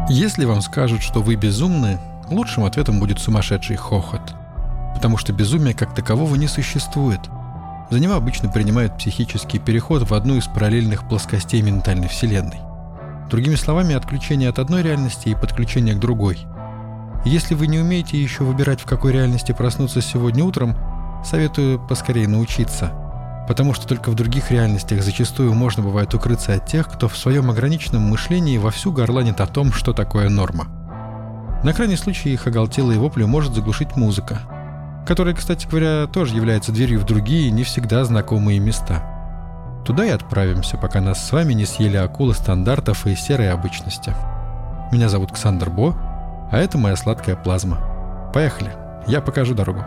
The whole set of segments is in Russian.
Если вам скажут, что вы безумны, лучшим ответом будет сумасшедший хохот. Потому что безумия как такового не существует. За него обычно принимают психический переход в одну из параллельных плоскостей ментальной вселенной. Другими словами, отключение от одной реальности и подключение к другой. Если вы не умеете еще выбирать, в какой реальности проснуться сегодня утром, советую поскорее научиться. Потому что только в других реальностях зачастую можно бывает укрыться от тех, кто в своем ограниченном мышлении вовсю горланит о том, что такое норма. На крайний случай их оголтелые вопли может заглушить музыка, которая, кстати говоря, тоже является дверью в другие, не всегда знакомые места. Туда и отправимся, пока нас с вами не съели акулы стандартов и серой обычности. Меня зовут Ксандр Бо, а это моя сладкая плазма. Поехали, я покажу дорогу.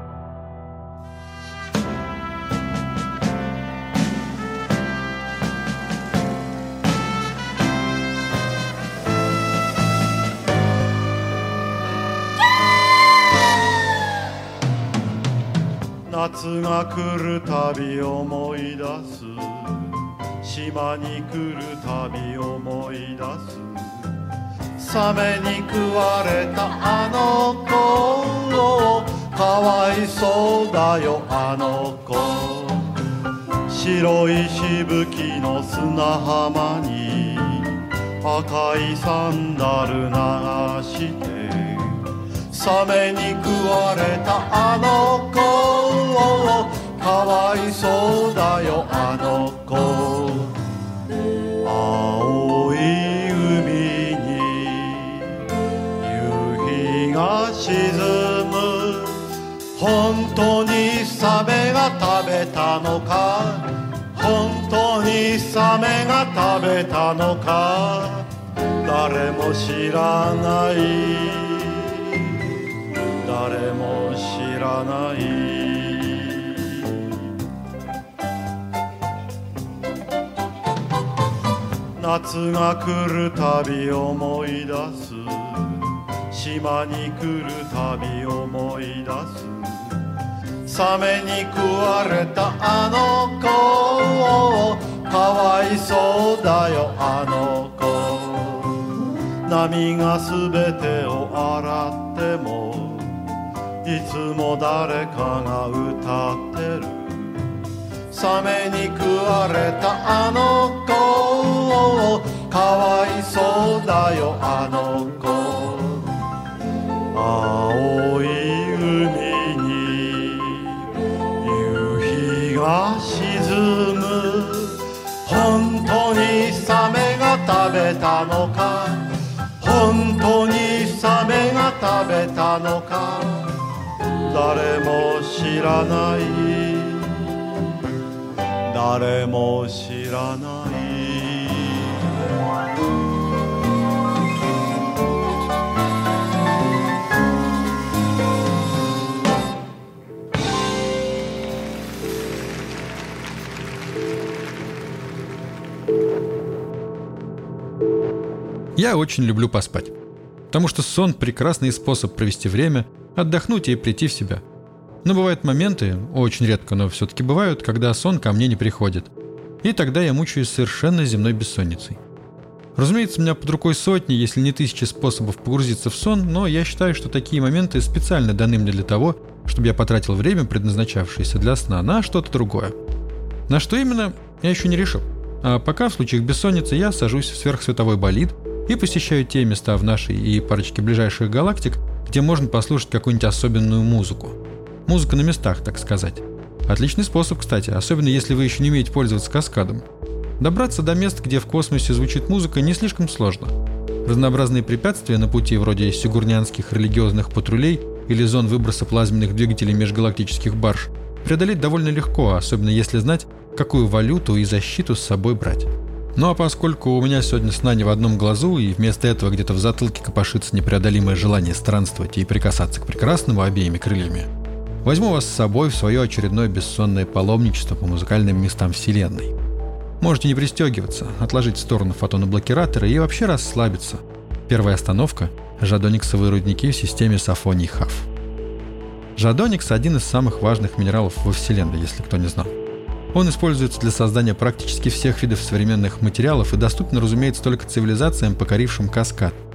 夏が来るたび思い出す島に来るたび思い出すサメに食われたあの子かわいそうだよあの子白いしぶきの砂浜に赤いサンダル流してサメに食われたあの子かわいそうだよあの子青い海に夕日が沈む本当にサメが食べたのか本当にサメが食べたのか誰も知らない誰も知らない夏が来るたび思い出す島に来るたび思い出すサメに食われたあの子かわいそうだよあの子波がすべてを洗ってもいつも誰かが歌ってるサメに食われたあの子かわいそうだよあの子青い海に夕日が沈む本当にサメが食べたのか本当にサメが食べたのか誰も知らない誰も知らない Я очень люблю поспать, потому что сон – прекрасный способ провести время, отдохнуть и прийти в себя. Но бывают моменты, очень редко, но все-таки бывают, когда сон ко мне не приходит. И тогда я мучаюсь совершенно земной бессонницей. Разумеется, у меня под рукой сотни, если не тысячи способов погрузиться в сон, но я считаю, что такие моменты специально даны мне для того, чтобы я потратил время, предназначавшееся для сна, на что-то другое. На что именно, я еще не решил. А пока в случаях бессонницы я сажусь в сверхсветовой болид и посещаю те места в нашей и парочке ближайших галактик, где можно послушать какую-нибудь особенную музыку. Музыка на местах, так сказать. Отличный способ, кстати, особенно если вы еще не умеете пользоваться каскадом. Добраться до мест, где в космосе звучит музыка, не слишком сложно. Разнообразные препятствия на пути, вроде сигурнянских религиозных патрулей или зон выброса плазменных двигателей межгалактических барж, преодолеть довольно легко, особенно если знать, какую валюту и защиту с собой брать. Ну а поскольку у меня сегодня сна не в одном глазу, и вместо этого где-то в затылке копошится непреодолимое желание странствовать и прикасаться к прекрасному обеими крыльями, возьму вас с собой в свое очередное бессонное паломничество по музыкальным местам Вселенной. Можете не пристегиваться, отложить в сторону фотоноблокираторы и вообще расслабиться. Первая остановка – жадониксовые рудники в системе Сафоний-Хаф. Жадоникс – один из самых важных минералов во Вселенной, если кто не знал. Он используется для создания практически всех видов современных материалов и доступен, разумеется, только цивилизациям, покорившим каскад.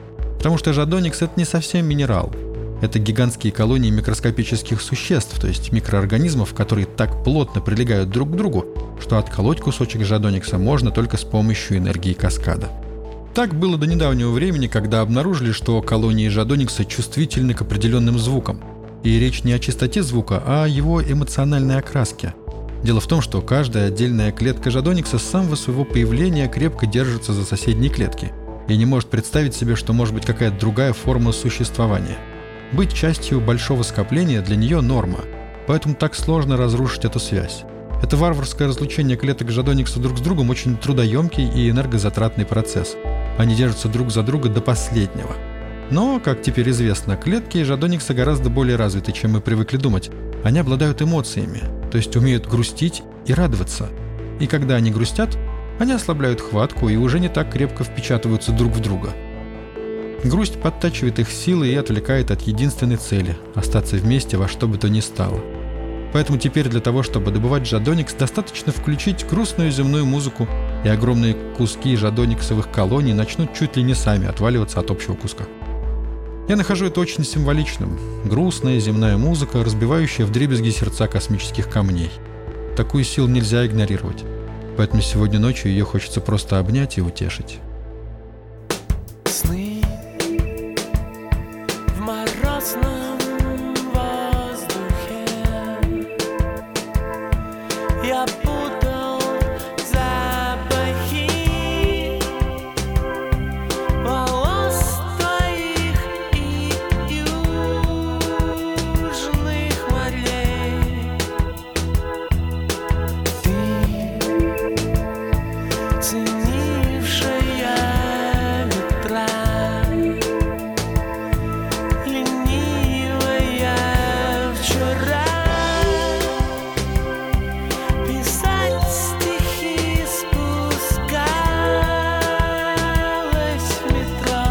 Потому что жадоникс — это не совсем минерал. Это гигантские колонии микроскопических существ, то есть микроорганизмов, которые так плотно прилегают друг к другу, что отколоть кусочек жадоникса можно только с помощью энергии каскада. Так было до недавнего времени, когда обнаружили, что колонии жадоникса чувствительны к определенным звукам. И речь не о чистоте звука, а о его эмоциональной окраске. Дело в том, что каждая отдельная клетка жадоникса с самого своего появления крепко держится за соседние клетки и не может представить себе, что может быть какая-то другая форма существования. Быть частью большого скопления для нее норма, поэтому так сложно разрушить эту связь. Это варварское разлучение клеток жадоникса друг с другом очень трудоемкий и энергозатратный процесс. Они держатся друг за друга до последнего. Но, как теперь известно, клетки жадоникса гораздо более развиты, чем мы привыкли думать. Они обладают эмоциями, то есть умеют грустить и радоваться. И когда они грустят, они ослабляют хватку и уже не так крепко впечатываются друг в друга. Грусть подтачивает их силы и отвлекает от единственной цели – остаться вместе во что бы то ни стало. Поэтому теперь для того, чтобы добывать жадоникс, достаточно включить грустную земную музыку, и огромные куски жадониксовых колоний начнут чуть ли не сами отваливаться от общего куска. Я нахожу это очень символичным. Грустная земная музыка, разбивающая вдребезги сердца космических камней. Такую силу нельзя игнорировать. Поэтому сегодня ночью ее хочется просто обнять и утешить. Сны в морозном воздухе. Я путал запахи волос твоих и южных морей. Ты, ценившая ветра, ленивая вчера, писать стихи спускалась в метро.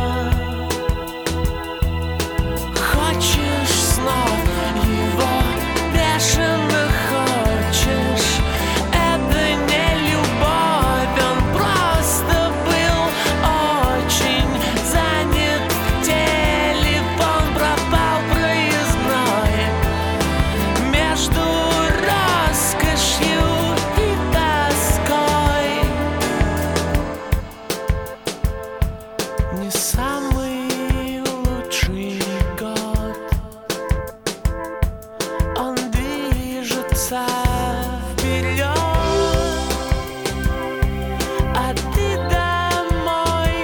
Хочешь снова его, бешено хочешь. Это не любовь, он просто был очень занят. Телефон пропал проездной между роскошью и тоской. Не самый лучший год, он движется вперед, а ты домой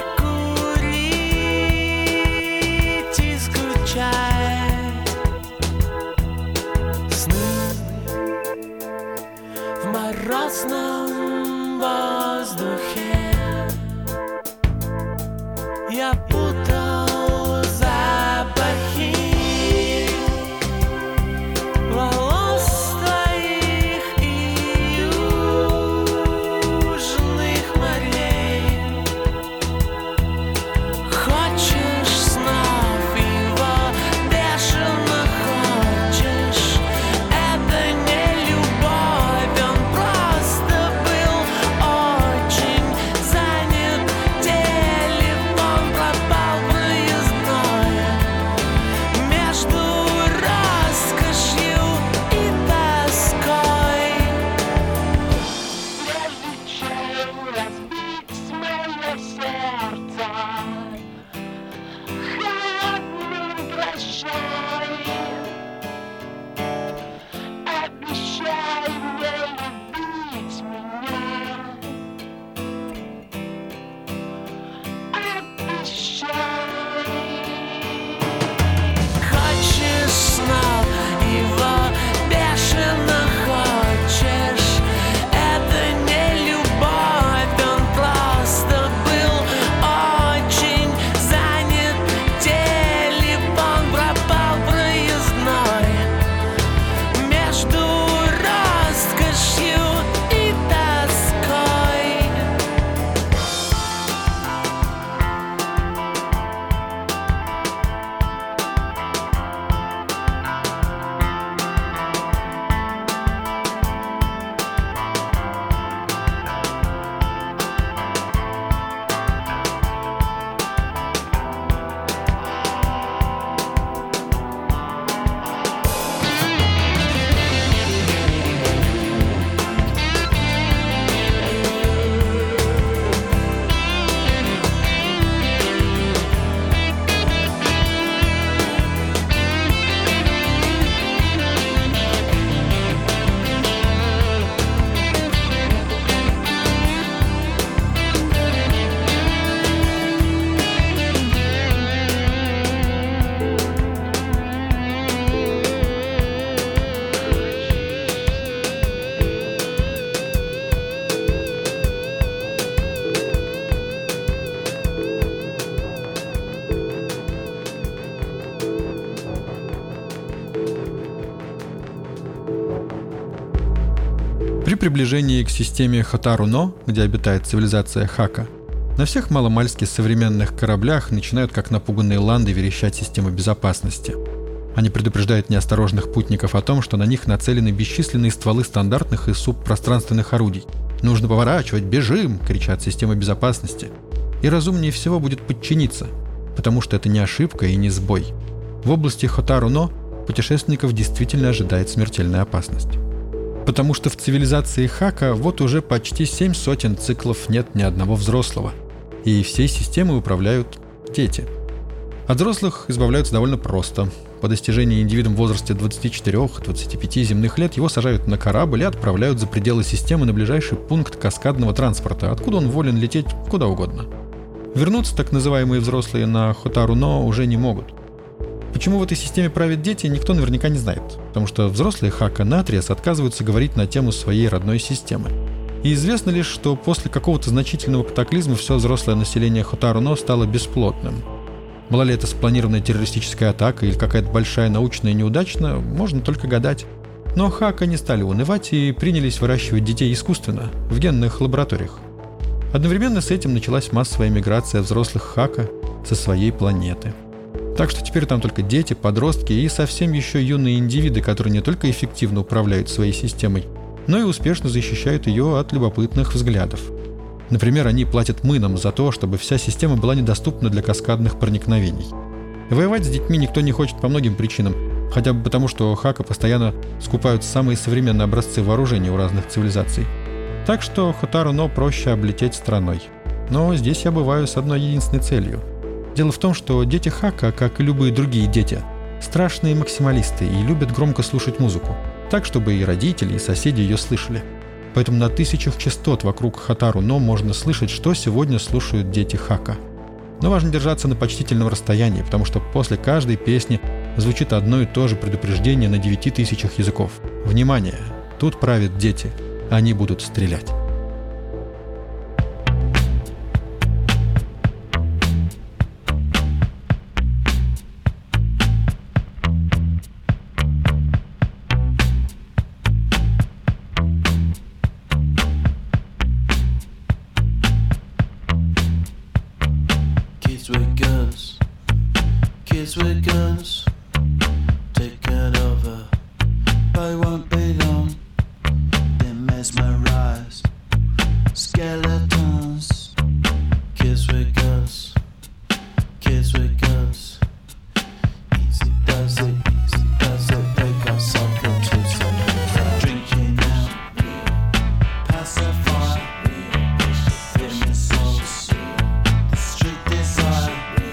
курить и скучать. Сны в морозном воздухе. Я путал запахи волос твоих и южных морей. Хочешь снов его, бешено хочешь. Это не любовь, он просто был очень занят. Телефон пропал При приближении к системе Хотару-но, где обитает цивилизация Хака, на всех маломальски современных кораблях начинают как напуганные ланды верещать системы безопасности. Они предупреждают неосторожных путников о том, что на них нацелены бесчисленные стволы стандартных и субпространственных орудий. «Нужно поворачивать, бежим!» — кричат системы безопасности. И разумнее всего будет подчиниться, потому что это не ошибка и не сбой. В области Хотару-но путешественников действительно ожидает смертельная опасность. Потому что в цивилизации Хака вот уже почти 7 сотен циклов нет ни одного взрослого, и всей системой управляют дети. От взрослых избавляются довольно просто. По достижении индивидом в возрасте 24-25 земных лет его сажают на корабль и отправляют за пределы системы на ближайший пункт каскадного транспорта, откуда он волен лететь куда угодно. Вернуться так называемые взрослые на Хотару-но уже не могут. Почему в этой системе правят дети, никто наверняка не знает, потому что взрослые Хака наотрез отказываются говорить на тему своей родной системы. И известно лишь, что после какого-то значительного катаклизма все взрослое население Хотару-но стало бесплотным. Была ли это спланированная террористическая атака или какая-то большая научная неудача, можно только гадать. Но Хака не стали унывать и принялись выращивать детей искусственно, в генных лабораториях. Одновременно с этим началась массовая миграция взрослых Хака со своей планеты. Так что теперь там только дети, подростки и совсем еще юные индивиды, которые не только эффективно управляют своей системой, но и успешно защищают ее от любопытных взглядов. Например, они платят мынам за то, чтобы вся система была недоступна для каскадных проникновений. Воевать с детьми никто не хочет по многим причинам, хотя бы потому, что Хака постоянно скупают самые современные образцы вооружения у разных цивилизаций. Так что Хотару-но проще облететь страной. Но здесь я бываю с одной единственной целью. Дело в том, что дети Хака, как и любые другие дети, страшные максималисты и любят громко слушать музыку, так, чтобы и родители, и соседи ее слышали. Поэтому на тысячах частот вокруг Хотару-но можно слышать, что сегодня слушают дети Хака. Но важно держаться на почтительном расстоянии, потому что после каждой песни звучит одно и то же предупреждение на 9000 языков. Внимание! Тут правят дети. Они будут стрелять. Kids with guns, taken over, but it won't be long. They're mesmerized, skeletons. Kids with guns, kids with guns. Easy does it, they got something to say. Drinking out, pacify, feeling souls, the street desire.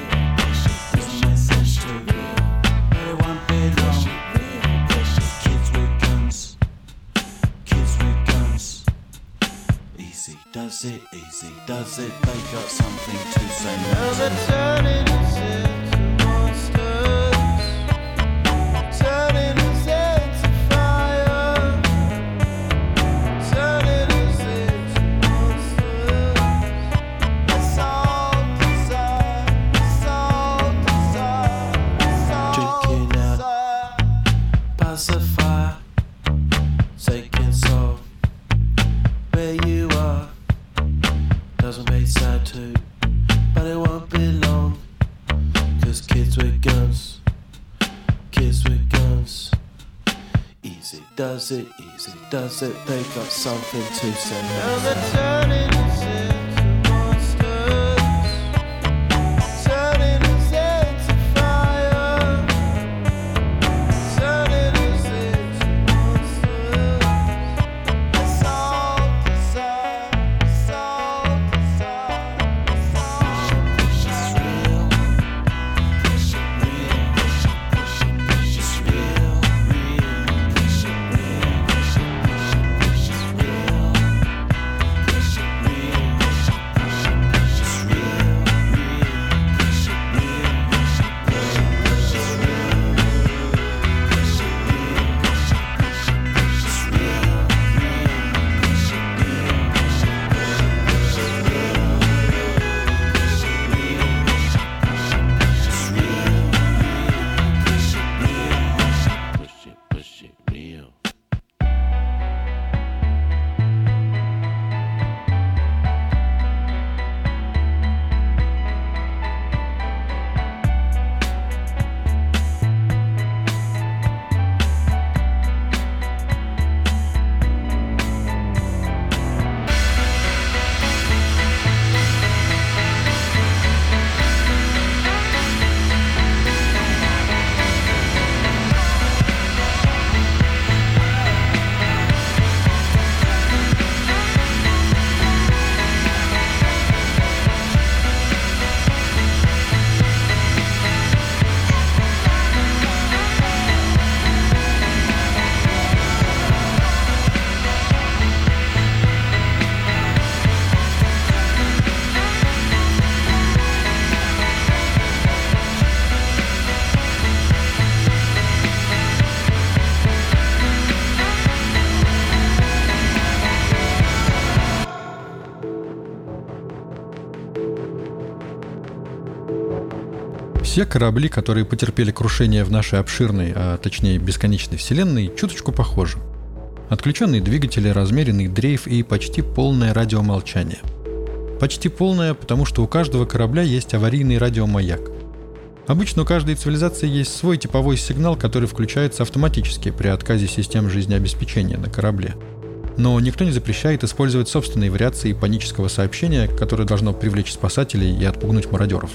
Does it, they got something to say. Now they're turning us into monsters, turning us into fire, turning us into monsters. It's all desire, it's all desire, it's all drinking out, pacifier, taking soul, where you are. Doesn't make sad too, but it won't be long. Cause kids with guns, easy does it, they got something to say. Now they're turning us into monsters, turning us into fire, turning us into monsters. It's all desire, it's all desire, it's all it's real, it's real, real, real. Все корабли, которые потерпели крушение в нашей обширной, а точнее бесконечной вселенной, чуточку похожи. Отключенные двигатели, размеренный дрейф и почти полное радиомолчание. Почти полное, потому что у каждого корабля есть аварийный радиомаяк. Обычно у каждой цивилизации есть свой типовой сигнал, который включается автоматически при отказе систем жизнеобеспечения на корабле. Но никто не запрещает использовать собственные вариации панического сообщения, которое должно привлечь спасателей и отпугнуть мародеров.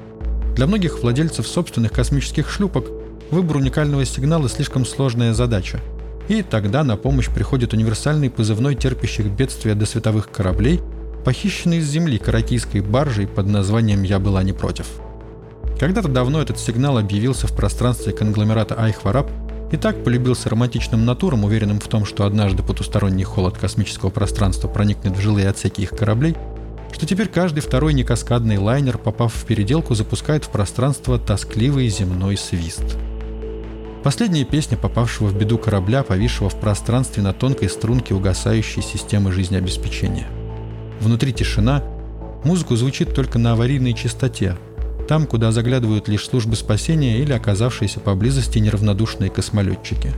Для многих владельцев собственных космических шлюпок выбор уникального сигнала слишком сложная задача. И тогда на помощь приходит универсальный позывной терпящих бедствия до световых кораблей, похищенный с Земли каракийской баржей под названием «Я была не против». Когда-то давно этот сигнал объявился в пространстве конгломерата Айхвараб и так полюбился романтичным натурам, уверенным в том, что однажды потусторонний холод космического пространства проникнет в жилые отсеки их кораблей, что теперь каждый второй некаскадный лайнер, попав в переделку, запускает в пространство тоскливый земной свист. Последняя песня попавшего в беду корабля, повисшего в пространстве на тонкой струнке угасающей системы жизнеобеспечения. Внутри тишина, музыка звучит только на аварийной частоте, там, куда заглядывают лишь службы спасения или оказавшиеся поблизости неравнодушные космолетчики.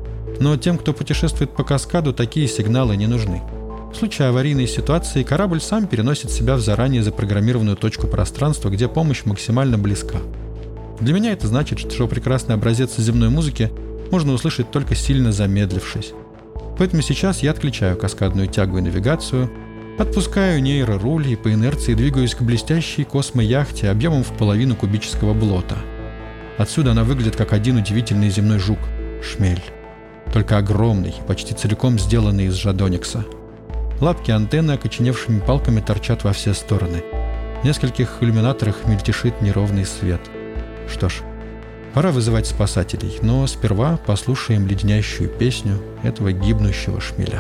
Но тем, кто путешествует по каскаду, такие сигналы не нужны. В случае аварийной ситуации корабль сам переносит себя в заранее запрограммированную точку пространства, где помощь максимально близка. Для меня это значит, что прекрасный образец земной музыки можно услышать только сильно замедлившись. Поэтому сейчас я отключаю каскадную тягу и навигацию, отпускаю нейроруль и по инерции двигаюсь к блестящей космояхте объемом в половину кубического блота. Отсюда она выглядит как один удивительный земной жук – шмель. Только огромный, почти целиком сделанный из жадоникса. Лапки антенны окоченевшими палками торчат во все стороны. В нескольких иллюминаторах мельтешит неровный свет. Что ж, пора вызывать спасателей, но сперва послушаем леденящую песню этого гибнущего шмеля.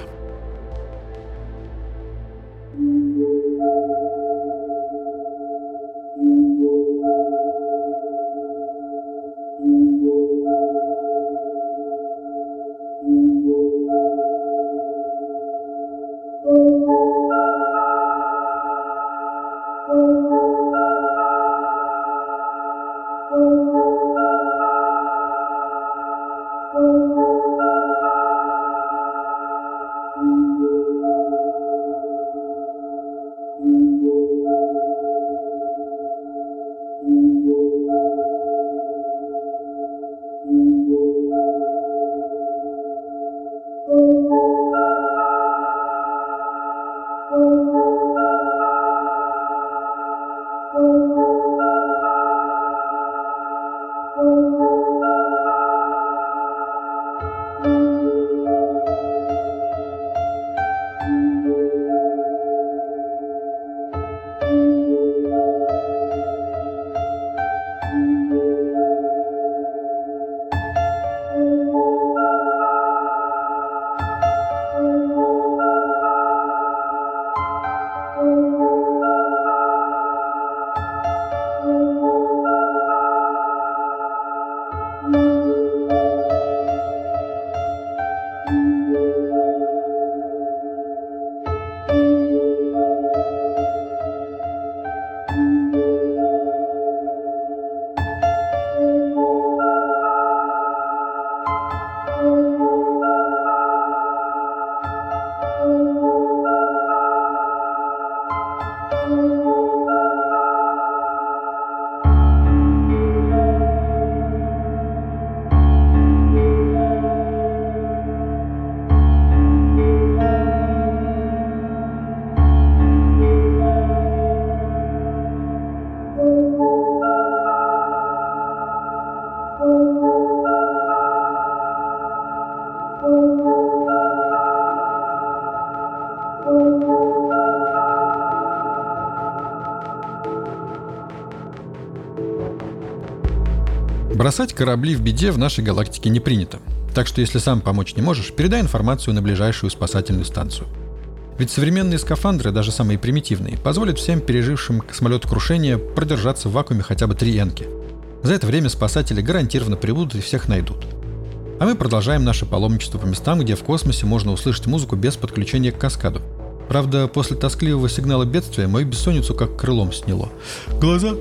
Бросать корабли в беде в нашей галактике не принято. Так что если сам помочь не можешь, передай информацию на ближайшую спасательную станцию. Ведь современные скафандры, даже самые примитивные, позволят всем пережившим космолет-крушение продержаться в вакууме хотя бы 3 энки. За это время спасатели гарантированно прибудут и всех найдут. А мы продолжаем наше паломничество по местам, где в космосе можно услышать музыку без подключения к каскаду. Правда, после тоскливого сигнала бедствия мою бессонницу как крылом сняло. Глаза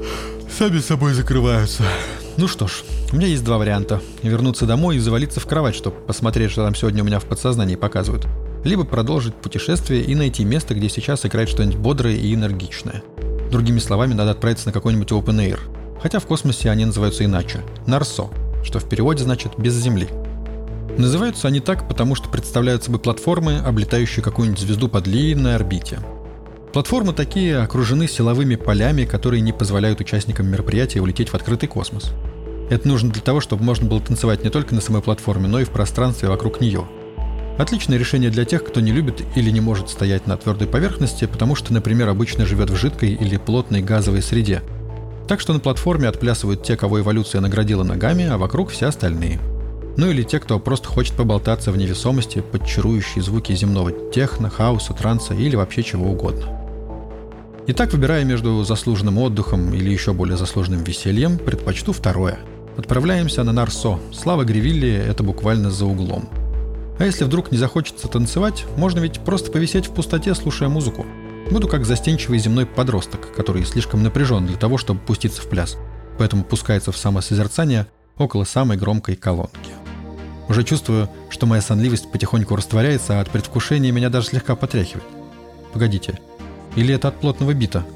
сами собой закрываются. Ну что ж, у меня есть два варианта. Вернуться домой и завалиться в кровать, чтобы посмотреть, что там сегодня у меня в подсознании показывают. Либо продолжить путешествие и найти место, где сейчас играет что-нибудь бодрое и энергичное. Другими словами, надо отправиться на какой-нибудь open air. Хотя в космосе они называются иначе – Нарсо, что в переводе значит «без Земли». Называются они так, потому что представляют собой платформы, облетающие какую-нибудь звезду по длинной орбите. Платформы такие окружены силовыми полями, которые не позволяют участникам мероприятия улететь в открытый космос. Это нужно для того, чтобы можно было танцевать не только на самой платформе, но и в пространстве вокруг нее. Отличное решение для тех, кто не любит или не может стоять на твердой поверхности, потому что, например, обычно живет в жидкой или плотной газовой среде. Так что на платформе отплясывают те, кого эволюция наградила ногами, а вокруг все остальные. Ну или те, кто просто хочет поболтаться в невесомости под чарующие звуки земного техно, хаоса, транса или вообще чего угодно. Итак, выбирая между заслуженным отдыхом или еще более заслуженным весельем, предпочту второе. Отправляемся на Нарсо. Слава Гривилли – это буквально за углом. А если вдруг не захочется танцевать, можно ведь просто повисеть в пустоте, слушая музыку. Буду как застенчивый земной подросток, который слишком напряжен для того, чтобы пуститься в пляс, поэтому пускается в самосозерцание около самой громкой колонки. Уже чувствую, что моя сонливость потихоньку растворяется, а от предвкушения меня даже слегка потряхивает. Погодите, или это от плотного бита?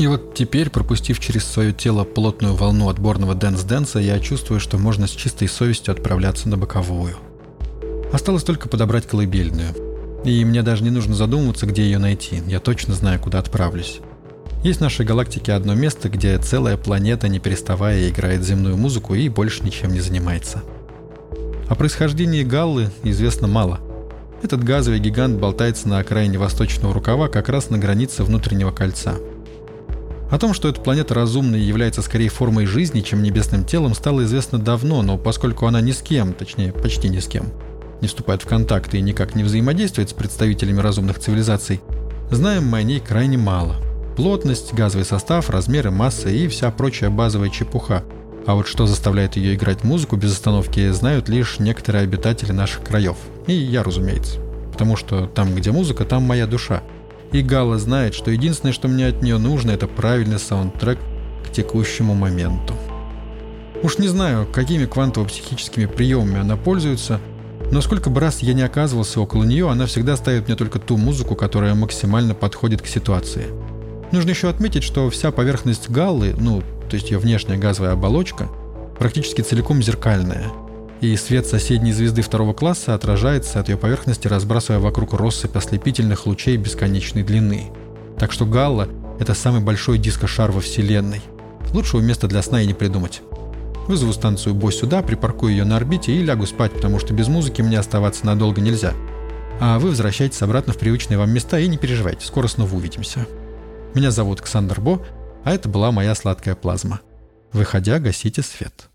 И вот теперь, пропустив через свое тело плотную волну отборного дэнс-дэнса, я чувствую, что можно с чистой совестью отправляться на боковую. Осталось только подобрать колыбельную. И мне даже не нужно задумываться, где ее найти. Я точно знаю, куда отправлюсь. Есть в нашей галактике одно место, где целая планета, не переставая, играет земную музыку и больше ничем не занимается. О происхождении Галлы известно мало. Этот газовый гигант болтается на окраине восточного рукава, как раз на границе внутреннего кольца. О том, что эта планета разумна и является скорее формой жизни, чем небесным телом, стало известно давно, но поскольку она ни с кем, точнее почти ни с кем, не вступает в контакты и никак не взаимодействует с представителями разумных цивилизаций, знаем мы о ней крайне мало. Плотность, газовый состав, размеры, масса и вся прочая базовая чепуха. А вот что заставляет ее играть музыку без остановки, знают лишь некоторые обитатели наших краев. И я, разумеется. Потому что там, где музыка, там моя душа. И Галла знает, что единственное, что мне от нее нужно, это правильный саундтрек к текущему моменту. Уж не знаю, какими квантово-психическими приемами она пользуется, но сколько бы раз я не оказывался около нее, она всегда ставит мне только ту музыку, которая максимально подходит к ситуации. Нужно еще отметить, что вся поверхность Галлы, то есть ее внешняя газовая оболочка, практически целиком зеркальная. И свет соседней звезды второго класса отражается от ее поверхности, разбрасывая вокруг россыпь ослепительных лучей бесконечной длины. Так что Галла — это самый большой дискошар во Вселенной. Лучшего места для сна и не придумать. Вызову станцию Бо сюда, припаркую ее на орбите и лягу спать, потому что без музыки мне оставаться надолго нельзя. А вы возвращайтесь обратно в привычные вам места и не переживайте, скоро снова увидимся. Меня зовут Ксандр Бо, а это была моя сладкая плазма. Выходя, гасите свет.